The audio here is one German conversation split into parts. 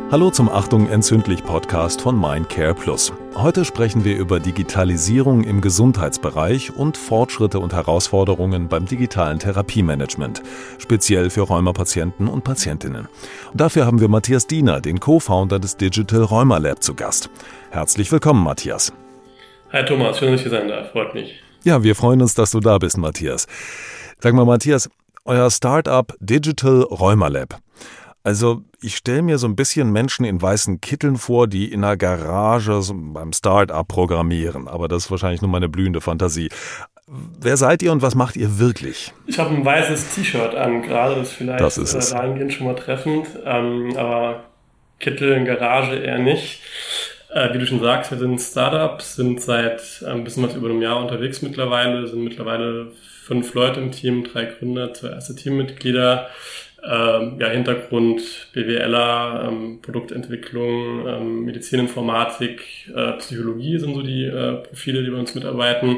Hallo zum Achtung entzündlich Podcast von MindCare+. Heute sprechen wir über Digitalisierung im Gesundheitsbereich und Fortschritte und Herausforderungen beim digitalen Therapiemanagement, speziell für Rheumapatienten und Patientinnen. Und dafür haben wir Matthias Diener, den Co-Founder des Digital Rheuma Lab, zu Gast. Herzlich willkommen, Matthias. Hi Thomas, schön, dass ich hier sein darf, freut mich. Ja, wir freuen uns, dass du da bist, Matthias. Sag mal, Matthias, euer Startup Digital Rheuma Lab. Also ich stelle mir so ein bisschen Menschen in weißen Kitteln vor, die in einer Garage beim Start-up programmieren. Aber das ist wahrscheinlich nur meine blühende Fantasie. Wer seid ihr und was macht ihr wirklich? Ich habe ein weißes T-Shirt an, gerade das vielleicht dahingehend schon mal treffend. Aber Kittel in Garage eher nicht. Wie du schon sagst, wir sind ein Startup, sind seit ein bisschen was über einem Jahr unterwegs mittlerweile, sind mittlerweile 5 Leute im Team, 3 Gründer, 2 erste Teammitglieder. Hintergrund BWLer, Produktentwicklung, Medizininformatik, Psychologie sind so die Profile, die bei uns mitarbeiten.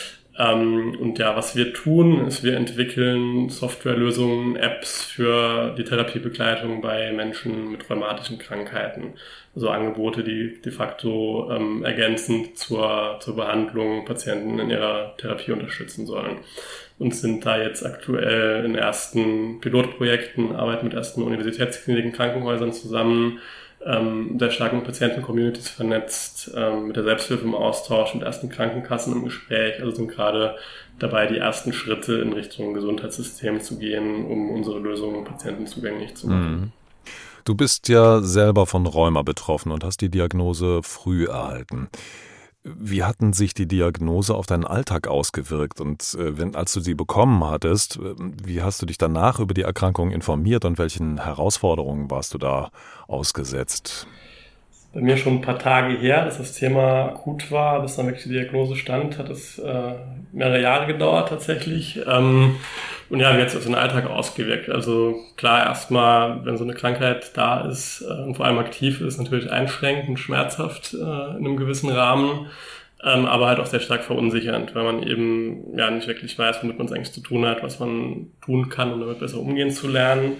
Was wir tun, ist, wir entwickeln Softwarelösungen, Apps für die Therapiebegleitung bei Menschen mit rheumatischen Krankheiten. Also Angebote, die de facto ergänzend zur Behandlung Patienten in ihrer Therapie unterstützen sollen. Und sind da jetzt aktuell in ersten Pilotprojekten, arbeiten mit ersten Universitätskliniken, Krankenhäusern zusammen, sehr stark mit Patienten-Communities vernetzt, mit der Selbsthilfe im Austausch, mit ersten Krankenkassen im Gespräch, also sind gerade dabei, die ersten Schritte in Richtung Gesundheitssystem zu gehen, um unsere Lösungen Patienten zugänglich zu machen. Du bist ja selber von Rheuma betroffen und hast die Diagnose früh erhalten. Wie hatten sich die Diagnose auf deinen Alltag ausgewirkt? Und als du sie bekommen hattest, wie hast du dich danach über die Erkrankung informiert und welchen Herausforderungen warst du da ausgesetzt? Bei mir schon ein paar Tage her, dass das Thema akut war, bis dann wirklich die Diagnose stand, hat es mehrere Jahre gedauert tatsächlich. Wie hat es auf den Alltag ausgewirkt? Also klar, erstmal, wenn so eine Krankheit da ist und vor allem aktiv ist, natürlich einschränkend, schmerzhaft in einem gewissen Rahmen, aber halt auch sehr stark verunsichernd, weil man eben nicht wirklich weiß, womit man es eigentlich zu tun hat, was man tun kann, um damit besser umgehen zu lernen.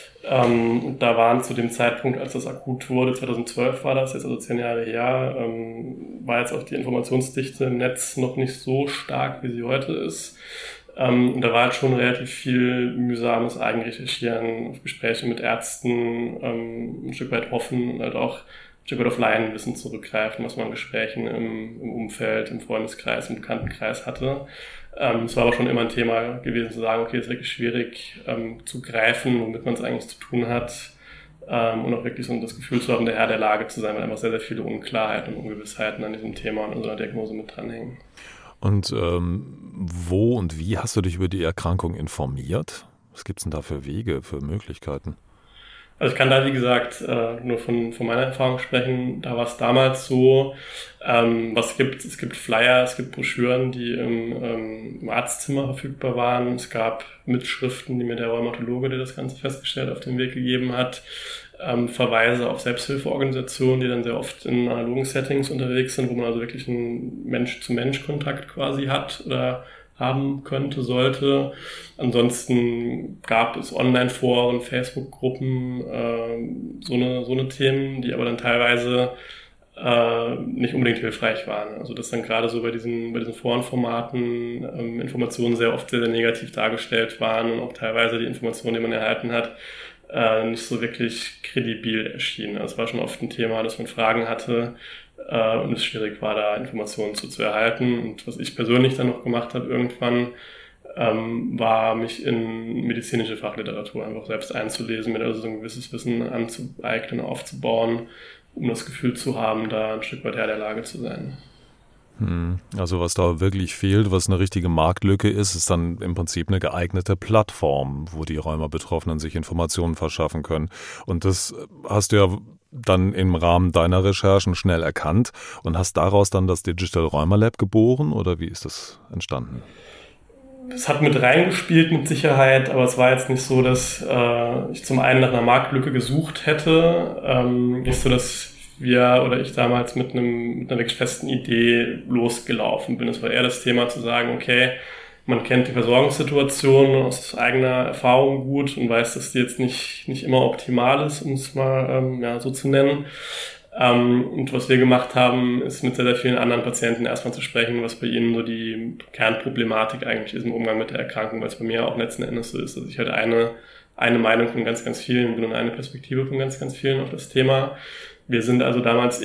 Da waren zu dem Zeitpunkt, als das akut wurde, 2012 war das, jetzt also 10 Jahre her, war jetzt auch die Informationsdichte im Netz noch nicht so stark, wie sie heute ist. Und da war halt schon relativ viel mühsames Eigenrecherchieren, auf Gespräche mit Ärzten, ein Stück weit hoffen und halt auch ein Stück weit auf Laienwissen zurückgreifen, was man in Gesprächen im Umfeld, im Freundeskreis, im Bekanntenkreis hatte. Es war aber schon immer ein Thema gewesen, zu sagen, okay, es ist wirklich schwierig zu greifen, womit man es eigentlich zu tun hat, und auch wirklich so das Gefühl zu haben, der Herr der Lage zu sein, weil einfach sehr, sehr viele Unklarheiten und Ungewissheiten an diesem Thema und unserer Diagnose mit dranhängen. Und wo und wie hast du dich über die Erkrankung informiert? Was gibt es denn da für Wege, für Möglichkeiten? Also ich kann da, wie gesagt, nur von meiner Erfahrung sprechen. Da war es damals so, es gibt Flyer, es gibt Broschüren, die im Arztzimmer verfügbar waren. Es gab Mitschriften, die mir der Rheumatologe, der das Ganze festgestellt, auf den Weg gegeben hat. Verweise auf Selbsthilfeorganisationen, die dann sehr oft in analogen Settings unterwegs sind, wo man also wirklich einen Mensch-zu-Mensch-Kontakt quasi hat oder haben könnte, sollte. Ansonsten gab es Online-Foren, Facebook-Gruppen, so eine Themen, die aber dann teilweise nicht unbedingt hilfreich waren. Also dass dann gerade so bei diesen Forenformaten Informationen sehr oft sehr, sehr negativ dargestellt waren und auch teilweise die Informationen, die man erhalten hat, nicht so wirklich kredibil erschienen. Also es war schon oft ein Thema, dass man Fragen hatte, und es schwierig war, da Informationen zu erhalten. Und was ich persönlich dann noch gemacht habe irgendwann, war mich in medizinische Fachliteratur einfach selbst einzulesen, mir also so ein gewisses Wissen anzueignen, aufzubauen, um das Gefühl zu haben, da ein Stück weit Herr der Lage zu sein. Also was da wirklich fehlt, was eine richtige Marktlücke ist dann im Prinzip eine geeignete Plattform, wo die Rheuma-Betroffenen sich Informationen verschaffen können. Und das hast du ja dann im Rahmen deiner Recherchen schnell erkannt und hast daraus dann das Digital Rheuma Lab geboren oder wie ist das entstanden? Es hat mit reingespielt mit Sicherheit, aber es war jetzt nicht so, dass ich zum einen nach einer Marktlücke gesucht hätte, nicht so, dass wir oder ich damals mit einer wirklich festen Idee losgelaufen bin. Es war eher das Thema zu sagen, okay, Man kennt die Versorgungssituation aus eigener Erfahrung gut und weiß, dass die jetzt nicht immer optimal ist, um es mal so zu nennen. Und was wir gemacht haben, ist mit sehr, sehr vielen anderen Patienten erstmal zu sprechen, was bei ihnen so die Kernproblematik eigentlich ist im Umgang mit der Erkrankung, weil es bei mir auch letzten Endes so ist, dass ich halt eine Meinung von ganz, ganz vielen bin und eine Perspektive von ganz, ganz vielen auf das Thema. Wir sind also damals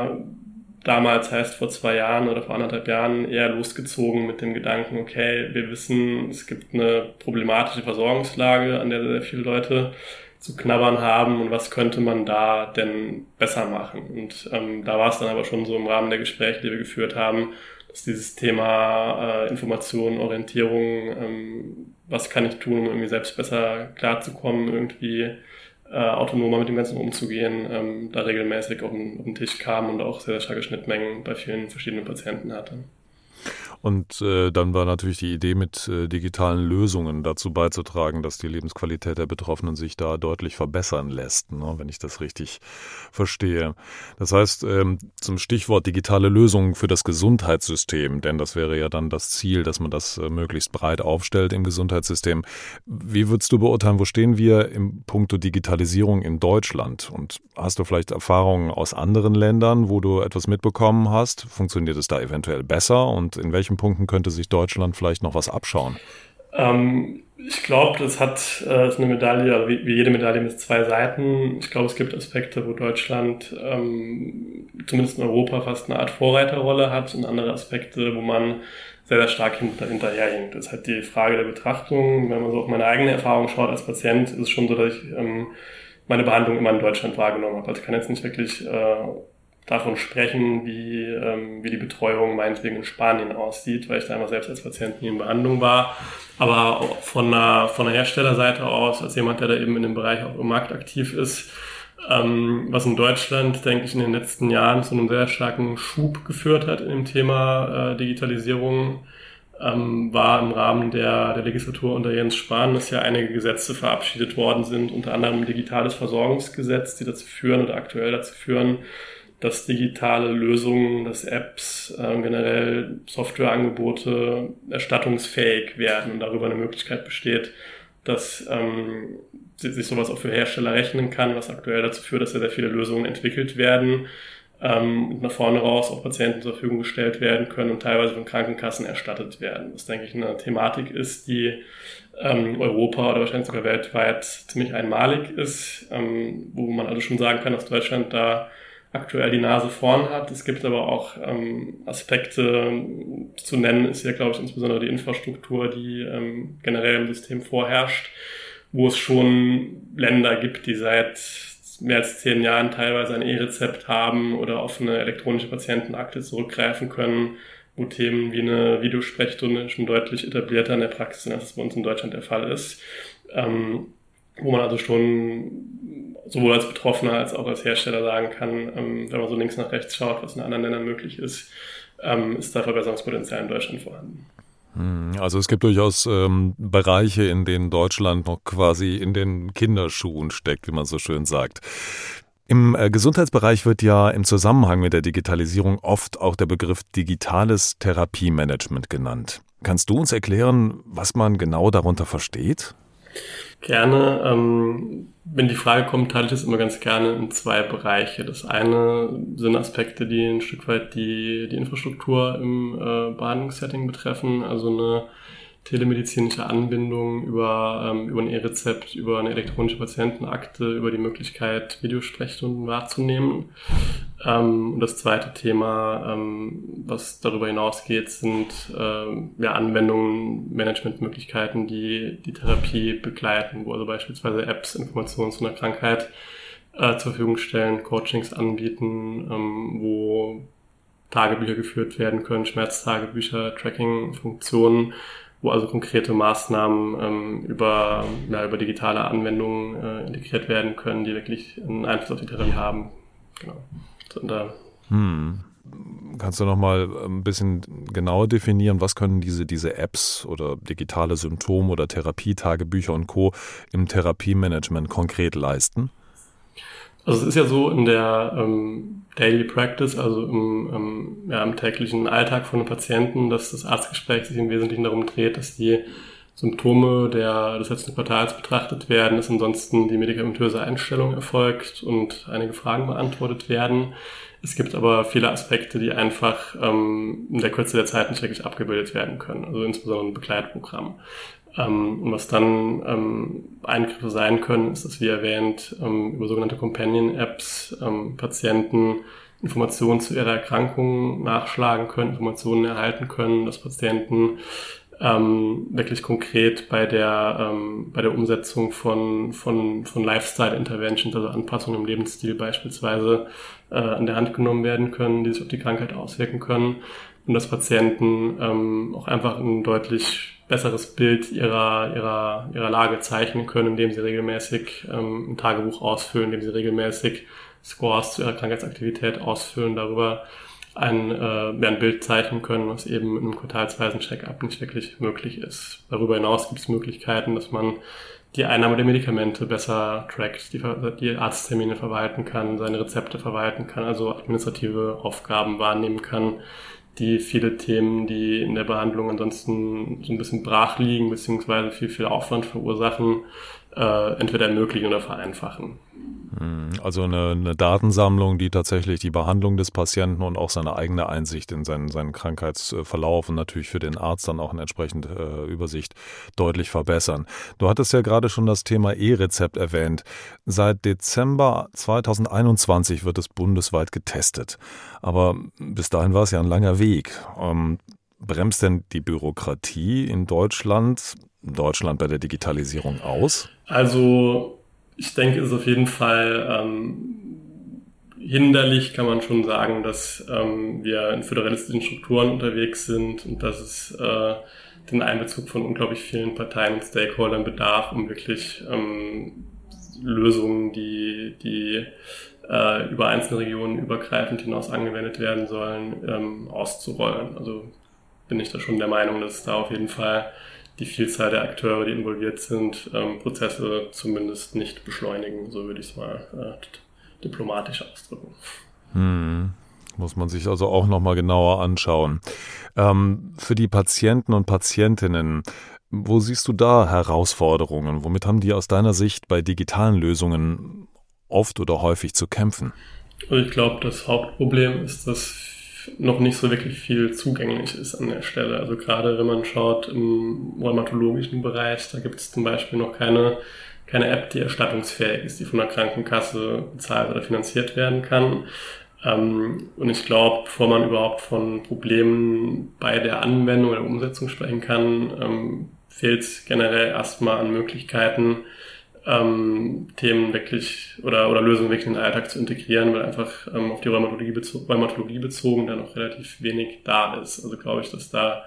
heißt vor 2 Jahren oder vor 1,5 Jahren eher losgezogen mit dem Gedanken, okay, wir wissen, es gibt eine problematische Versorgungslage, an der sehr viele Leute zu knabbern haben und was könnte man da denn besser machen? Und da war es dann aber schon so im Rahmen der Gespräche, die wir geführt haben, dass dieses Thema Information, Orientierung, was kann ich tun, um irgendwie selbst besser klarzukommen, irgendwie autonomer mit dem Ganzen umzugehen, da regelmäßig auf den Tisch kam und auch sehr, sehr starke Schnittmengen bei vielen verschiedenen Patienten hatte. Und dann war natürlich die Idee, mit digitalen Lösungen dazu beizutragen, dass die Lebensqualität der Betroffenen sich da deutlich verbessern lässt, ne, wenn ich das richtig verstehe. Das heißt, zum Stichwort digitale Lösungen für das Gesundheitssystem, denn das wäre ja dann das Ziel, dass man das möglichst breit aufstellt im Gesundheitssystem. Wie würdest du beurteilen, wo stehen wir im Punkto Digitalisierung in Deutschland? Und hast du vielleicht Erfahrungen aus anderen Ländern, wo du etwas mitbekommen hast? Funktioniert es da eventuell besser und in welchen Punkten könnte sich Deutschland vielleicht noch was abschauen? Ich glaube, das ist eine Medaille, also wie jede Medaille mit 2 Seiten. Ich glaube, es gibt Aspekte, wo Deutschland zumindest in Europa fast eine Art Vorreiterrolle hat und andere Aspekte, wo man sehr, sehr stark hinterherhinkt. Das ist halt die Frage der Betrachtung. Wenn man so auf meine eigene Erfahrung schaut als Patient, ist es schon so, dass ich meine Behandlung immer in Deutschland wahrgenommen habe. Also ich kann jetzt nicht wirklich davon sprechen, wie die Betreuung meinetwegen in Spanien aussieht, weil ich da einfach selbst als Patient nie in Behandlung war. Aber auch von einer Herstellerseite aus, als jemand, der da eben in dem Bereich auch im Markt aktiv ist, was in Deutschland, denke ich, in den letzten Jahren zu einem sehr starken Schub geführt hat in dem Thema Digitalisierung, war im Rahmen der Legislatur unter Jens Spahn, dass ja einige Gesetze verabschiedet worden sind, unter anderem ein digitales Versorgungsgesetz, die dazu führen oder aktuell dazu führen, dass digitale Lösungen, dass Apps, generell Softwareangebote erstattungsfähig werden und darüber eine Möglichkeit besteht, dass sich sowas auch für Hersteller rechnen kann, was aktuell dazu führt, dass sehr viele Lösungen entwickelt werden und nach vorne raus auch Patienten zur Verfügung gestellt werden können und teilweise von Krankenkassen erstattet werden. Das, denke ich, eine Thematik ist, die Europa oder wahrscheinlich sogar weltweit ziemlich einmalig ist, wo man also schon sagen kann, dass Deutschland da aktuell die Nase vorn hat. Es gibt aber auch Aspekte zu nennen, ist ja, glaube ich, insbesondere die Infrastruktur, die generell im System vorherrscht, wo es schon Länder gibt, die seit mehr als 10 Jahren teilweise ein E-Rezept haben oder auf eine elektronische Patientenakte zurückgreifen können, wo Themen wie eine Videosprechstunde schon deutlich etablierter in der Praxis sind, als es bei uns in Deutschland der Fall ist. Wo man also schon sowohl als Betroffener als auch als Hersteller sagen kann, wenn man so links nach rechts schaut, was in anderen Ländern möglich ist, ist da Verbesserungspotenzial in Deutschland vorhanden. Also es gibt durchaus Bereiche, in denen Deutschland noch quasi in den Kinderschuhen steckt, wie man so schön sagt. Im Gesundheitsbereich wird ja im Zusammenhang mit der Digitalisierung oft auch der Begriff digitales Therapiemanagement genannt. Kannst du uns erklären, was man genau darunter versteht? Gerne. Wenn die Frage kommt, teile ich es immer ganz gerne in 2 Bereiche. Das eine sind Aspekte, die ein Stück weit die Infrastruktur im Behandlungssetting betreffen, also eine telemedizinische Anbindung über ein E-Rezept, über eine elektronische Patientenakte, über die Möglichkeit, Videosprechstunden wahrzunehmen. Und das zweite Thema, was darüber hinausgeht, sind Anwendungen, Managementmöglichkeiten, die Therapie begleiten, wo also beispielsweise Apps Informationen zu einer Krankheit zur Verfügung stellen, Coachings anbieten, wo Tagebücher geführt werden können, Schmerztagebücher, Tracking-Funktionen, wo also konkrete Maßnahmen über digitale Anwendungen integriert werden können, die wirklich einen Einfluss auf die Therapie haben. Genau. Kannst du noch mal ein bisschen genauer definieren, was können diese Apps oder digitale Symptom- oder Therapietagebücher und Co. im Therapiemanagement konkret leisten? Also es ist ja so in der Daily Practice, also im täglichen Alltag von den Patienten, dass das Arztgespräch sich im Wesentlichen darum dreht, dass die Symptome des letzten Quartals betrachtet werden, dass ansonsten die medikamentöse Einstellung erfolgt und einige Fragen beantwortet werden. Es gibt aber viele Aspekte, die einfach in der Kürze der Zeit nicht wirklich abgebildet werden können, also insbesondere ein Begleitprogramm. Und was dann Eingriffe sein können, ist, dass wie erwähnt über sogenannte Companion-Apps Patienten Informationen zu ihrer Erkrankung nachschlagen können, Informationen erhalten können, dass Patienten wirklich konkret bei der Umsetzung von Lifestyle Interventions, also Anpassungen im Lebensstil beispielsweise, an der Hand genommen werden können, die sich auf die Krankheit auswirken können, und dass Patienten auch einfach ein deutlich besseres Bild ihrer Lage zeichnen können, indem sie regelmäßig ein Tagebuch ausfüllen, indem sie regelmäßig Scores zu ihrer Krankheitsaktivität ausfüllen, darüber ein Bild zeichnen können, was eben in einem quartalsweisen Check-up nicht wirklich möglich ist. Darüber hinaus gibt es Möglichkeiten, dass man die Einnahme der Medikamente besser trackt, die Arzttermine verwalten kann, seine Rezepte verwalten kann, also administrative Aufgaben wahrnehmen kann, die viele Themen, die in der Behandlung ansonsten so ein bisschen brach liegen, beziehungsweise viel Aufwand verursachen, entweder ermöglichen oder vereinfachen. Also eine Datensammlung, die tatsächlich die Behandlung des Patienten und auch seine eigene Einsicht in seinen Krankheitsverlauf und natürlich für den Arzt dann auch eine entsprechende Übersicht deutlich verbessern. Du hattest ja gerade schon das Thema E-Rezept erwähnt. Seit Dezember 2021 wird es bundesweit getestet. Aber bis dahin war es ja ein langer Weg. Bremst denn die Bürokratie in Deutschland bei der Digitalisierung aus? Also ich denke, es ist auf jeden Fall hinderlich, kann man schon sagen, dass wir in föderalistischen Strukturen unterwegs sind und dass es den Einbezug von unglaublich vielen Parteien und Stakeholdern bedarf, um wirklich Lösungen, die über einzelne Regionen übergreifend hinaus angewendet werden sollen, auszurollen. Also bin ich da schon der Meinung, dass da auf jeden Fall die Vielzahl der Akteure, die involviert sind, Prozesse zumindest nicht beschleunigen, so würde ich es mal diplomatisch ausdrücken. Muss man sich also auch nochmal genauer anschauen. Für die Patienten und Patientinnen, wo siehst du da Herausforderungen? Womit haben die aus deiner Sicht bei digitalen Lösungen oft oder häufig zu kämpfen? Also ich glaube, das Hauptproblem ist, dass noch nicht so wirklich viel zugänglich ist an der Stelle. Also gerade wenn man schaut im rheumatologischen Bereich, da gibt es zum Beispiel noch keine App, die erstattungsfähig ist, die von der Krankenkasse bezahlt oder finanziert werden kann. Und ich glaube, bevor man überhaupt von Problemen bei der Anwendung oder Umsetzung sprechen kann, fehlt es generell erstmal an Möglichkeiten, Themen wirklich oder Lösungen wirklich in den Alltag zu integrieren, weil einfach auf die Rheumatologie bezogen da noch relativ wenig da ist. Also glaube ich, dass da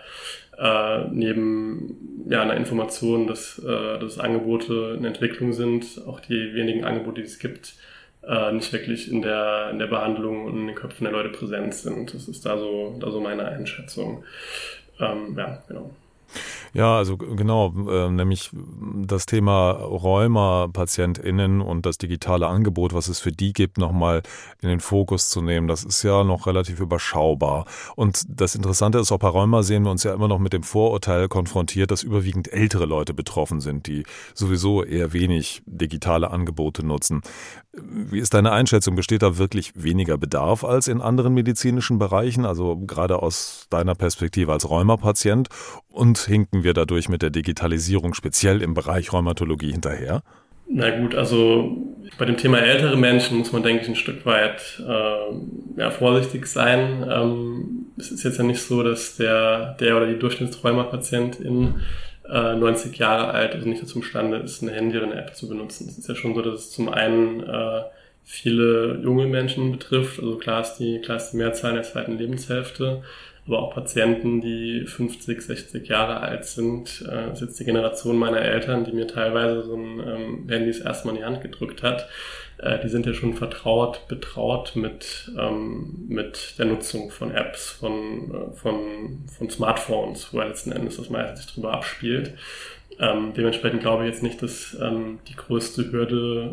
neben einer Information, dass Angebote in Entwicklung sind, auch die wenigen Angebote, die es gibt, nicht wirklich in der Behandlung und in den Köpfen der Leute präsent sind. Das ist da so meine Einschätzung. Genau. Ja, also genau, nämlich das Thema Rheuma-PatientInnen und das digitale Angebot, was es für die gibt, nochmal in den Fokus zu nehmen. Das ist ja noch relativ überschaubar. Und das Interessante ist, auch bei Rheuma sehen wir uns ja immer noch mit dem Vorurteil konfrontiert, dass überwiegend ältere Leute betroffen sind, die sowieso eher wenig digitale Angebote nutzen. Wie ist deine Einschätzung? Besteht da wirklich weniger Bedarf als in anderen medizinischen Bereichen? Also gerade aus deiner Perspektive als Rheuma-Patient, und hinken wir dadurch mit der Digitalisierung speziell im Bereich Rheumatologie hinterher? Na gut, also bei dem Thema ältere Menschen muss man, denke ich, ein Stück weit vorsichtig sein. Es ist jetzt ja nicht so, dass der oder die Durchschnittsrheuma-Patientin 90 Jahre alt, also nicht dazu imstande ist, eine Handy oder eine App zu benutzen. Es ist ja schon so, dass es zum einen viele junge Menschen betrifft, also klar ist die Mehrzahl in der zweiten Lebenshälfte, aber auch Patienten, die 50, 60 Jahre alt sind. Das ist jetzt die Generation meiner Eltern, die mir teilweise so ein Handy das erste Mal in die Hand gedrückt hat. Die sind ja schon betraut mit der Nutzung von Apps, von Smartphones, wo letzten Endes das meiste sich drüber abspielt. Dementsprechend glaube ich jetzt nicht, dass die größte Hürde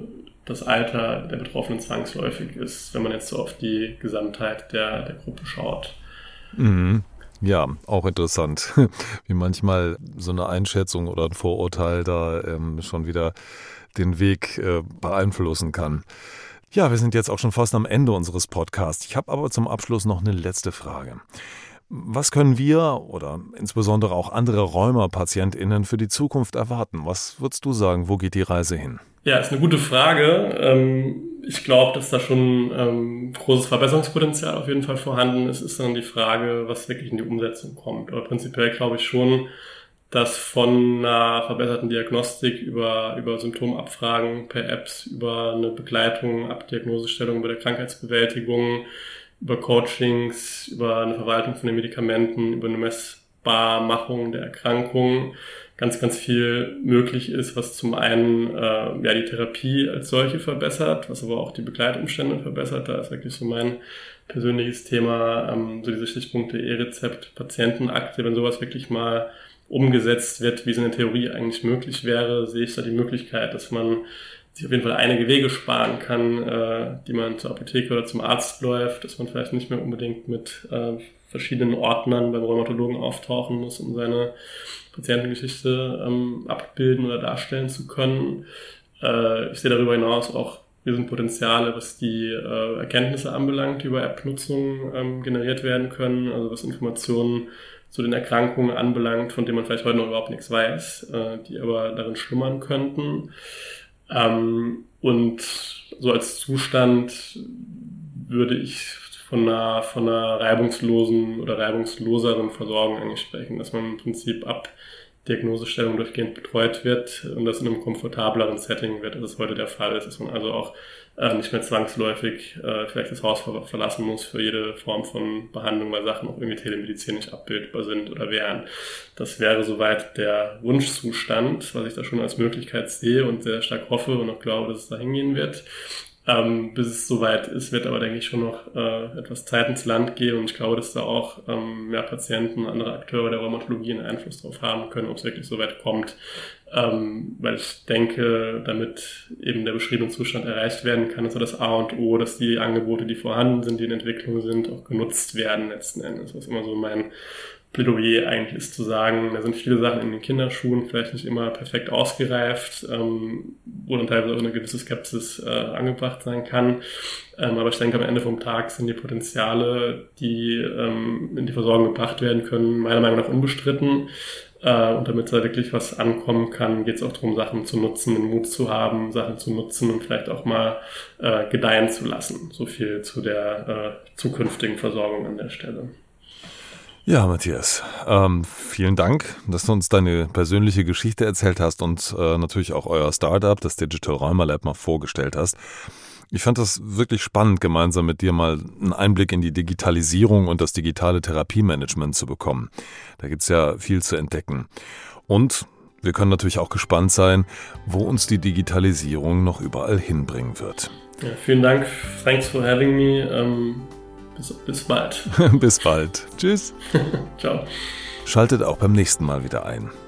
das Alter der Betroffenen zwangsläufig ist, wenn man jetzt so auf die Gesamtheit der Gruppe schaut. Mhm. Ja, auch interessant, wie manchmal so eine Einschätzung oder ein Vorurteil da schon wieder den Weg beeinflussen kann. Ja, wir sind jetzt auch schon fast am Ende unseres Podcasts. Ich habe aber zum Abschluss noch eine letzte Frage. Was können wir oder insbesondere auch andere Rheuma-PatientInnen für die Zukunft erwarten? Was würdest du sagen, wo geht die Reise hin? Ja, ist eine gute Frage. Ich glaube, dass da schon großes Verbesserungspotenzial auf jeden Fall vorhanden ist. Ist dann die Frage, was wirklich in die Umsetzung kommt. Aber prinzipiell glaube ich schon, dass von einer verbesserten Diagnostik über Symptomabfragen per Apps, über eine Begleitung ab Diagnosestellung bei der Krankheitsbewältigung, über Coachings, über eine Verwaltung von den Medikamenten, über eine Messbarmachung der Erkrankungen ganz, ganz viel möglich ist, was zum einen die Therapie als solche verbessert, was aber auch die Begleitumstände verbessert. Da ist wirklich so mein persönliches Thema, so diese Stichpunkte E-Rezept, Patientenakte, wenn sowas wirklich mal umgesetzt wird, wie es in der Theorie eigentlich möglich wäre, sehe ich da die Möglichkeit, dass man sich auf jeden Fall einige Wege sparen kann, die man zur Apotheke oder zum Arzt läuft, dass man vielleicht nicht mehr unbedingt mit verschiedenen Ordnern beim Rheumatologen auftauchen muss, um seine Patientengeschichte abbilden oder darstellen zu können. Ich sehe darüber hinaus auch Riesenpotenziale, was die Erkenntnisse anbelangt, die über App-Nutzung generiert werden können, also was Informationen zu den Erkrankungen anbelangt, von denen man vielleicht heute noch überhaupt nichts weiß, die aber darin schlummern könnten. Und so als Zustand würde ich von einer reibungslosen oder reibungsloseren Versorgung eigentlich sprechen, dass man im Prinzip ab Diagnosestellung durchgehend betreut wird und das in einem komfortableren Setting wird, als es heute der Fall ist, dass man also auch nicht mehr zwangsläufig vielleicht das Haus verlassen muss für jede Form von Behandlung, weil Sachen auch irgendwie telemedizinisch abbildbar sind oder wären. Das wäre soweit der Wunschzustand, was ich da schon als Möglichkeit sehe und sehr stark hoffe und auch glaube, dass es da hingehen wird. Bis es soweit ist, wird aber, denke ich, schon noch etwas Zeit ins Land gehen und ich glaube, dass da auch mehr Patienten, andere Akteure der Rheumatologie einen Einfluss darauf haben können, ob es wirklich soweit kommt. Weil ich denke, damit eben der beschriebene Zustand erreicht werden kann, ist so das A und O, dass die Angebote, die vorhanden sind, die in Entwicklung sind, auch genutzt werden letzten Endes. Was immer so mein Plädoyer eigentlich ist zu sagen, da sind viele Sachen in den Kinderschuhen, vielleicht nicht immer perfekt ausgereift, wo dann teilweise auch eine gewisse Skepsis angebracht sein kann. Aber ich denke, am Ende vom Tag sind die Potenziale, die in die Versorgung gebracht werden können, meiner Meinung nach unbestritten. Und damit da wirklich was ankommen kann, geht es auch darum, Sachen zu nutzen, den Mut zu haben, Sachen zu nutzen und vielleicht auch mal gedeihen zu lassen. So viel zu der zukünftigen Versorgung an der Stelle. Ja, Matthias, vielen Dank, dass du uns deine persönliche Geschichte erzählt hast und natürlich auch euer Startup, das Digital Rheuma Lab, mal vorgestellt hast. Ich fand das wirklich spannend, gemeinsam mit dir mal einen Einblick in die Digitalisierung und das digitale Therapiemanagement zu bekommen. Da gibt's ja viel zu entdecken. Und wir können natürlich auch gespannt sein, wo uns die Digitalisierung noch überall hinbringen wird. Ja, vielen Dank. Thanks for having me. Bis bald. Bis bald. Tschüss. Ciao. Schaltet auch beim nächsten Mal wieder ein.